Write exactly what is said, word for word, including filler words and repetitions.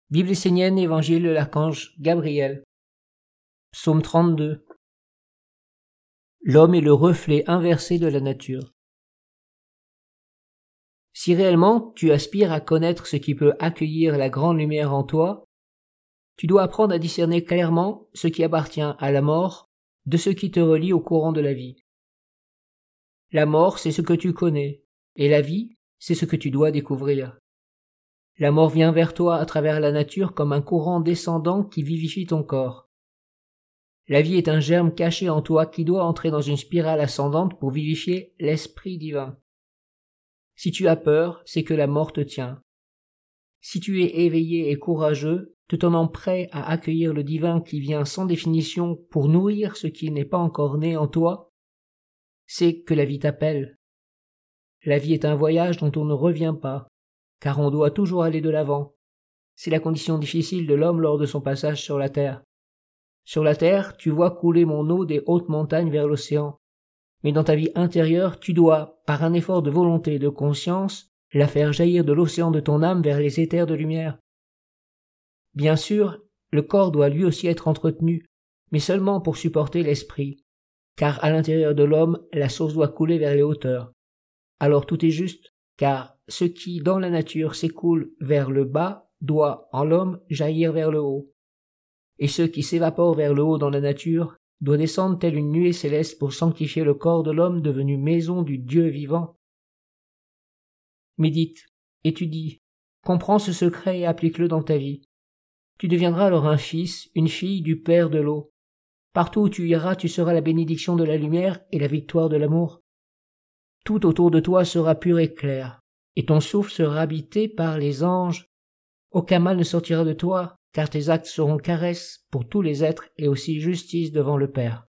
Bible essénienne, Évangile de l'archange Gabriel. Psaume trente-deux. L'homme est le reflet inversé de la nature. Si réellement tu aspires à connaître ce qui peut accueillir la grande lumière en toi, tu dois apprendre à discerner clairement ce qui appartient à la mort de ce qui te relie au courant de la vie. La mort, c'est ce que tu connais, et la vie, c'est ce que tu dois découvrir. La mort vient vers toi à travers la nature comme un courant descendant qui vivifie ton corps. La vie est un germe caché en toi qui doit entrer dans une spirale ascendante pour vivifier l'esprit divin. Si tu as peur, c'est que la mort te tient. Si tu es éveillé et courageux, te tenant prêt à accueillir le divin qui vient sans définition pour nourrir ce qui n'est pas encore né en toi, c'est que la vie t'appelle. La vie est un voyage dont on ne revient pas, car on doit toujours aller de l'avant. C'est la condition difficile de l'homme lors de son passage sur la terre. Sur la terre, tu vois couler mon eau des hautes montagnes vers l'océan. Mais dans ta vie intérieure, tu dois, par un effort de volonté et de conscience, la faire jaillir de l'océan de ton âme vers les éthers de lumière. Bien sûr, le corps doit lui aussi être entretenu, mais seulement pour supporter l'esprit, car à l'intérieur de l'homme, la source doit couler vers les hauteurs. Alors tout est juste, car ce qui, dans la nature, s'écoule vers le bas, doit, en l'homme, jaillir vers le haut. Et ce qui s'évapore vers le haut dans la nature doit descendre telle une nuée céleste pour sanctifier le corps de l'homme devenu maison du Dieu vivant. Médite, étudie, comprends ce secret et applique-le dans ta vie. Tu deviendras alors un fils, une fille du Père de l'eau. Partout où tu iras, tu seras la bénédiction de la lumière et la victoire de l'amour. Tout autour de toi sera pur et clair, et ton souffle sera habité par les anges. Aucun mal ne sortira de toi, car tes actes seront caresses pour tous les êtres et aussi justice devant le Père.